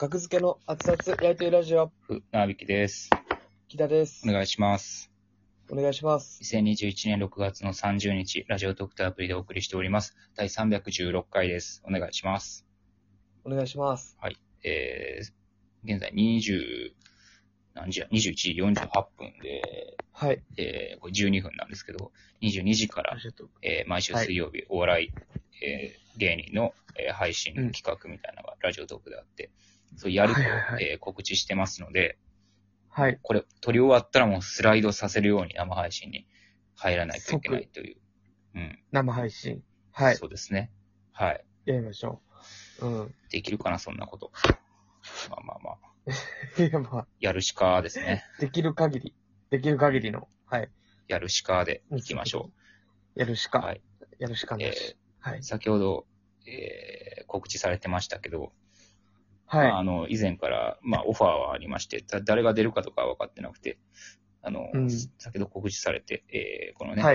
格付けの熱々焼いてるラジオ、 なびきです。 木田です。 お願いします。 お願いします。 2021年6月の30日、ラジオトークとアプリでお送りしております。第316回です。お願いします。 お願いします。 はい。現在何時や ?21 時48分で、 はい。 これ12分なんですけど、22時から、毎週水曜日、お笑い、芸人の、配信の企画みたいなのがラジオトークであって、そうやると、告知してますので、 はい。 これ、撮り終わったらもうスライドさせるように生配信に入らないといけないという。うん。 生配信。はい。 そうですね。はい。 やりましょう。うん。 できるかな、そんなこと。まあ。 いや、まあ。 やるしかですね。 できる限りの。はい。 やるしかでいきましょう。やるしか。 はい。 やるしかなし。はい。 先ほど、告知されてましたけど、 はい。 以前から、オファーはありまして、誰が出るかとかは分かってなくて、先ほど告知されて、このね、 はい。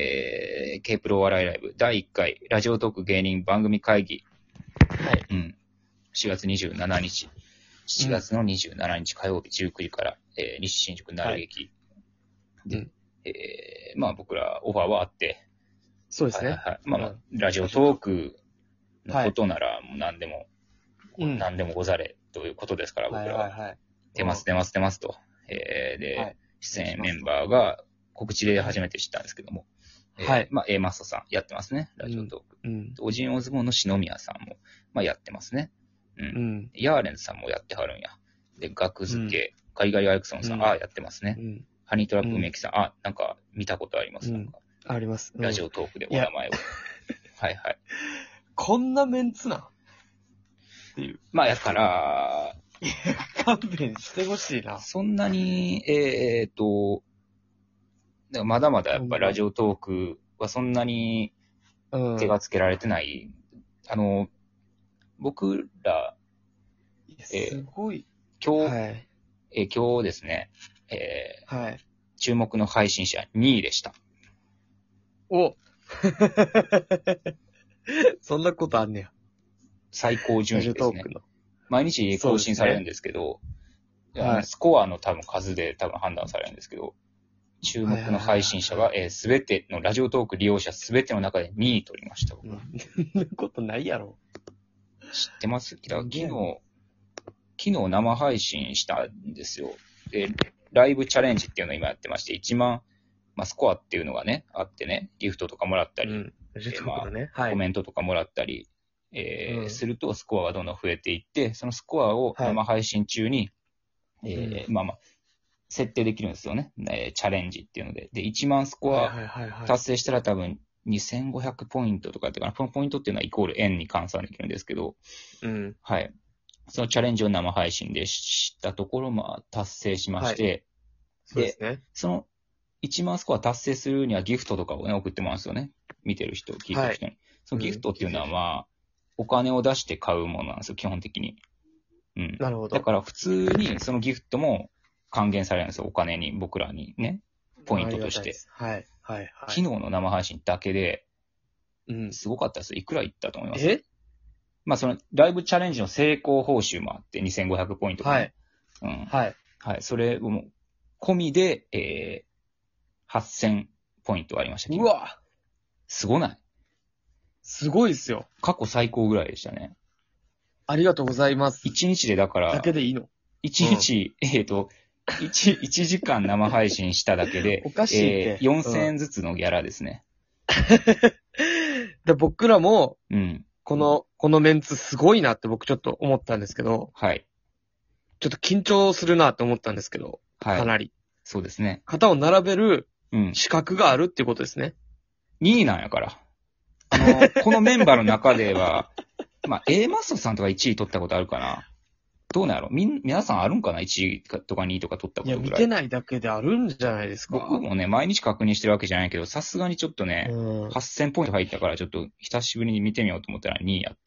K プロ笑いライブ第1回ラジオトーク芸人番組会議。 はい。 4月27日。7月の27日火曜日19時から、西新宿鳴劇。で、僕らオファーはあって。 そうですね。 ラジオトークのことならもう何でも、何でもござれということですから、僕らは。出ますと。で、出演メンバーが告知で初めて知ったんですけども。A マストさんやってますね、ラジオトーク。オジンオズボンの篠宮さんも、やってますね。ヤーレンズさんもやってはるんや。で、学付け、ガリガリアイクソンさん、やってますね。ハニートラップメキさん、なんか見たことあります。 あります。 ラジオトークでお名前を。はい。 こんなメンツなっていう。 やから、 勘弁してほしいな。 そんなに、まだまだやっぱラジオトークはそんなに手がつけられてない。僕ら、 すごい。 今日ですね、注目の配信者2位でした。 おそんなことあんねや。 最高順位ですね。毎日更新されるんですけど、スコアの多分数で多分判断されるんですけど、注目の配信者がすべてのラジオトーク利用者すべての中で2位取りました。 そんなことないやろ。 知ってます？昨日生配信したんですよ。で、ライブチャレンジっていうのを今やってまして、1万、スコアっていうのがね、あってね、ギフトとかもらったり、コメントとかもらったり、するとスコアがどんどん増えていって、そのスコアを生配信中に、設定できるんですよね。チャレンジっていうので。で、1万スコア達成したら多分2500ポイントとかってかな。このポイントっていうのはイコール円に換算できるんですけど、はい。そのチャレンジを生配信でしたところ、達成しまして、で、その1万スコア達成するにはギフトとかをね、送ってもらうんですよね。見てる人、聞いてる人に。そのギフトっていうのはお金を出して買うものなんですよ、基本的に。 なるほど。 だから普通にそのギフトも還元されるんですよ、お金に、僕らにね。ポイントとして。昨日の生配信だけで、すごかったですよ。いくらいったと思います？その、ライブチャレンジの成功報酬もあって、2500ポイント、ね。それも、込みで、8000ポイントありました。 うわすごない？ すごいっすよ。 過去最高ぐらいでしたね。 ありがとうございます。 1日でだから、 だけでいいの？ 1日、1時間生配信しただけで、 おかしいって。 4000円ずつのギャラですね。 で僕らも、このメンツすごいなって僕ちょっと思ったんですけど、ちょっと緊張するなって思ったんですけど、かなり。 そうですね。 肩を並べる資格があるっていうことですね。 2位なんやから。このメンバーの中では、A マストさんとか1位取ったことあるかな。どうなんやろ？皆さんあるんかな？ 1 位とか2位とか取ったことぐらい。 いや、見てないだけであるんじゃないですか。 僕もね、毎日確認してるわけじゃないけど、さすがにちょっとね、8000ポイント入ったから、ちょっと久しぶりに見てみようと思ったら2位やって。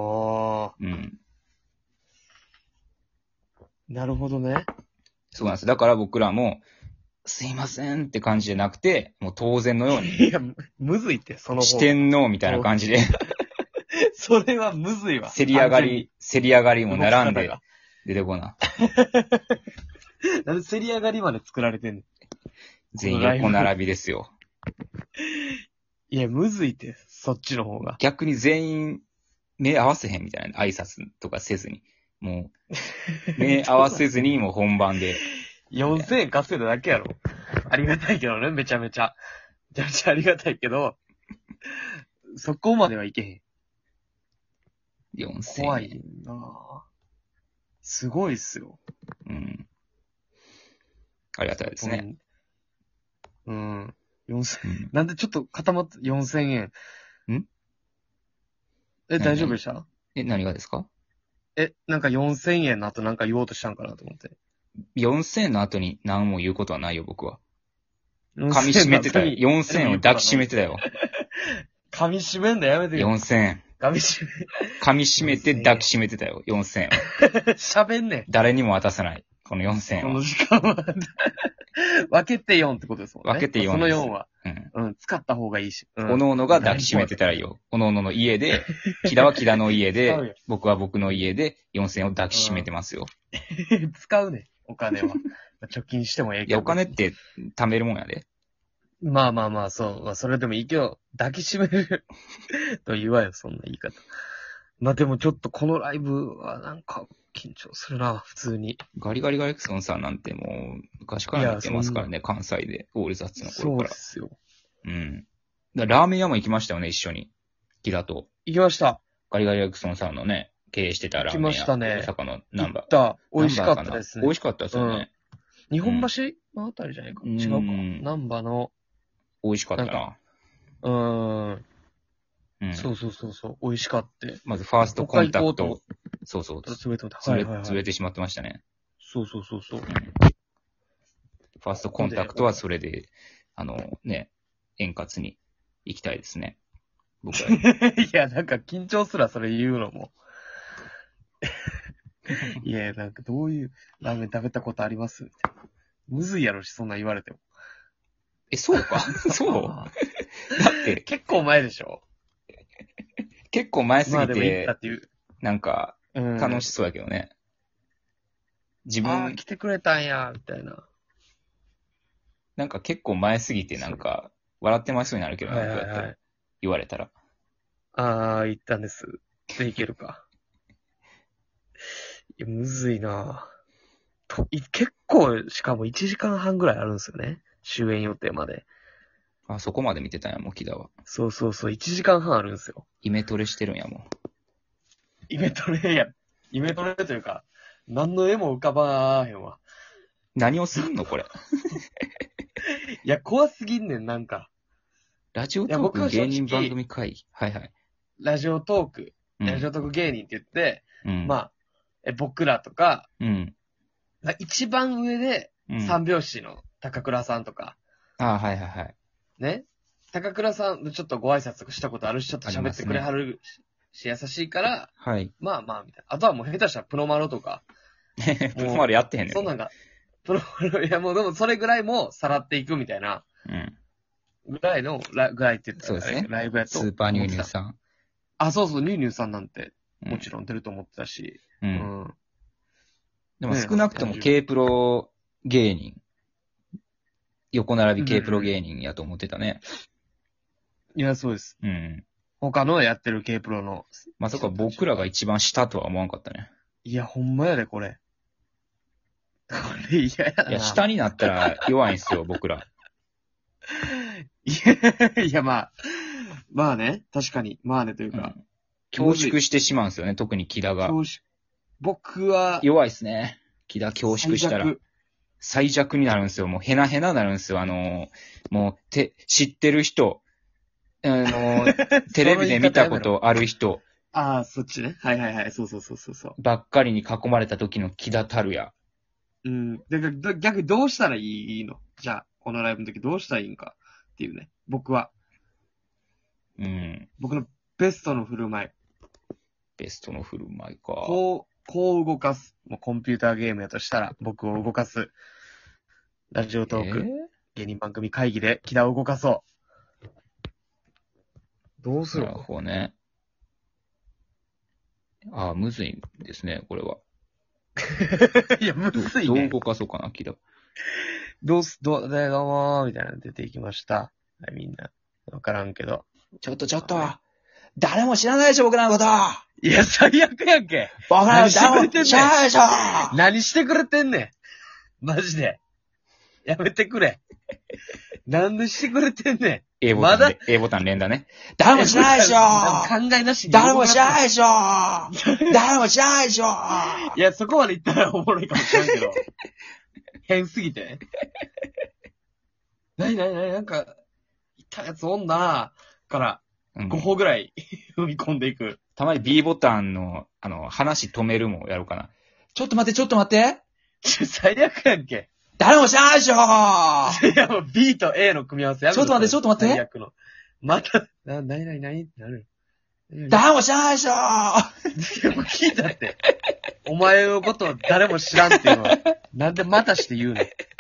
なるほどね。 そうなんです。だから僕らも、すいませんって感じじゃなくて、もう当然のように。 いや、むずいって、その方。 四天王みたいな感じで。 それはむずいわ。 競り上がりも並んで出てこな。 なんで競り上がりまで作られてんの？ 全員横並びですよ。 いや、むずいって、そっちの方が。 逆に全員目合わせへんみたいな挨拶とかせずに。もう、目合わせずにもう本番で。 4000円稼いだだけやろ。ありがたいけどね、めちゃめちゃ。めちゃめちゃありがたいけど、そこまではいけへん。 4000円。 怖いなぁ。すごいっすよ。 うん。ありがたいですね。 うん。4000、なんでちょっと固まって、4000円。大丈夫でした？ 何がですか？ なんか4000円の後なんか言おうとしたんかなと思って。 4000円の後に何も言うことはないよ、僕は。噛み締めてたよ。4000円を抱き締めてたよ。 噛み締めんのやめてよ。 4000円。噛み締めて抱き締めてたよ、4000円。 喋んねん。 誰にも渡さない。この4000円は。 この時間は。分けて4ってことですもんね。 分けて4。 その4は。 うん。 使った方がいいし。 おのおのが抱き締めてたらいいよ。おのおのの家で、木田は木田の家で、僕は僕の家で4000円を抱き締めてますよ。 使うね、お金は。貯金してもええけど。 いや、お金って貯めるもんやで。 まあまあまあ、そう。まあ、それでもいいけど、抱きしめると言わよ、そんな言い方。まあでもちょっとこのライブはなんか緊張するな、普通に。 ガリガリガリクソンさんなんてもう昔から見てますからね、関西で、オールザッツの頃から。 そうですよ。 うん。ラーメン屋も行きましたよね、一緒に。木田と。 行きました。 ガリガリガリクソンさんのね、経営してたラーメン屋。 行きましたね。 大阪のナンバー。 行った。美味しかったですね。 美味しかったですよね。 日本橋のあたりじゃないか。違うか。ナンバーの。 美味しかったな。 そうそうそうそう。美味しかった。 まずファーストコンタクト。そうそう。 潰れてしまってましたね。 そうそうそうそう。 ファーストコンタクトはそれで、円滑に行きたいですね。僕は。 いや、なんか緊張すらそれ言うのも。いや、なんかどういうラーメン食べたことありますみたいな。むずいやろし、そんな言われても。 そうかそうだって。 結構前でしょ？ 結構前すぎて、 まあでも行ったっていう。 なんか、楽しそうだけどね。自分。 来てくれたんや、みたいな。 なんか結構前すぎて、なんか、笑ってまいそうになるけど、なんかやったら、言われたら。 行ったんです。で、行けるか。いや、むずいな結構、しかも1時間半ぐらいあるんですよね。終演予定まで。 あ、そこまで見てたんや、もう木田は。 そうそうそう、1時間半あるんですよ。 イメトレしてるんや、もう。 イメトレというか、何の絵も浮かばへんわ。 何をするのこれ。 いや、怖すぎんねん、なんか。 ラジオトーク芸人番組会議。はいはい。 ラジオトーク芸人って言って、まあ、僕らとか、一番上で、三拍子の高倉さんとか。 はいはいはい。 ね。高倉さん、ちょっとご挨拶とかしたことあるし、ちょっと喋ってくれはるし、優しいから、 はい。 まあまあ、みたいな。あとはもう下手したらプロマロとか。 プロマロやってへんねん。 そんなんが、プロマロ、いやもうでもそれぐらいもさらっていくみたいな。ぐらいって言ったら、 そうですね。 ライブやと。 スーパーニューニューさん。 あ、そうそう、ニューニューさんなんて、もちろん出ると思ってたし。 でも少なくとも K プロ芸人。横並び K プロ芸人やと思ってたね。 いや、そうです。他のやってる K プロの。 まさか僕らが一番下とは思わんかったね。 いや、ほんまやで、これ。これ嫌やな。 いや、下になったら弱いんすよ、僕ら。 いや、まあね、確かに。まあね、というか。 恐縮してしまうんですよね、特に木田が。 僕は。 弱いっすね。木田恐縮したら。最弱になるんですよ。もうヘナヘナになるんですよ。もう、知ってる人、テレビで見たことある人。 ああ、そっちね。はいはいはい。そう。 ばっかりに囲まれた時の木田たるや。 だから逆にどうしたらいいの？じゃあ、このライブの時どうしたらいいんかっていうね。僕は。僕のベストの振る舞い。 ベストの振る舞いか。 こう動かす。もうコンピューターゲームやとしたら、僕を動かす。ラジオトーク、芸人番組会議で木田を動かそう。どうするなるほどね。 ああ、むずいんですね、これは。 いや、むずいね。 どう動かそうかな、キラ。 どうもー、みたいなの出ていきました。はい、みんな。わからんけど。 ちょっと。誰も知らないでしょ、僕らのこと。 いや、最悪やんけ。 僕らのこと誰も知らないでしょ。 何してくれてんねん。マジで。やめてくれ。なんでしてくれてんねん。 A ボタンで、A ボタン連打ね。 誰も知らないでしょ。 考えなしに。 誰も知らないでしょ。誰も知らないでしょ。 いや、そこまで言ったらおもろいかもしれんけど。変すぎて。なんか、いったやつおんなから5歩ぐらい踏み込んでいく。 たまに B ボタンの、話止めるもやろうかな。 ちょっと待って。 最悪やんけ。 誰も知らないでしょ。 いや、もう B と A の組み合わせやめちょっと待って。 最悪の。また、何ってなる。 誰も知らないでしょ。 聞いたって。お前のことを誰も知らんっていうのは、なんでまたして言うの？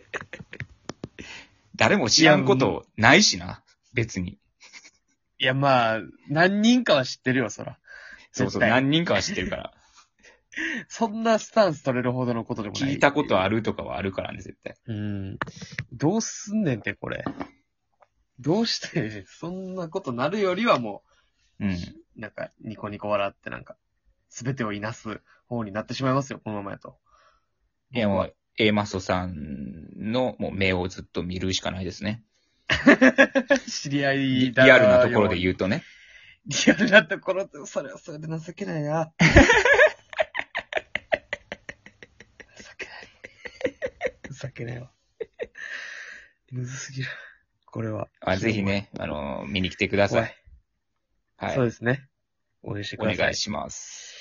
誰も知らんことないしな、別に。 いや、まあ、何人かは知ってるよ、そら。 そう、何人かは知ってるから。 そんなスタンス取れるほどのことでもない。 聞いたことあるとかはあるからね、絶対。 どうすんねんって、これ。どうして、そんなことなるよりはもう、なんか、ニコニコ笑ってなんか、すべてをいなす方になってしまいますよ、このままやと。 いや、もう、A マソさんのもう目をずっと見るしかないですね。 知り合いリアルなところで言うとね。 リアルなところって、それはそれで情けないな。情けないわ。むずすぎる。これは。 ぜひね、見に来てください。 はい。そうですね。応援してください。 お願いします。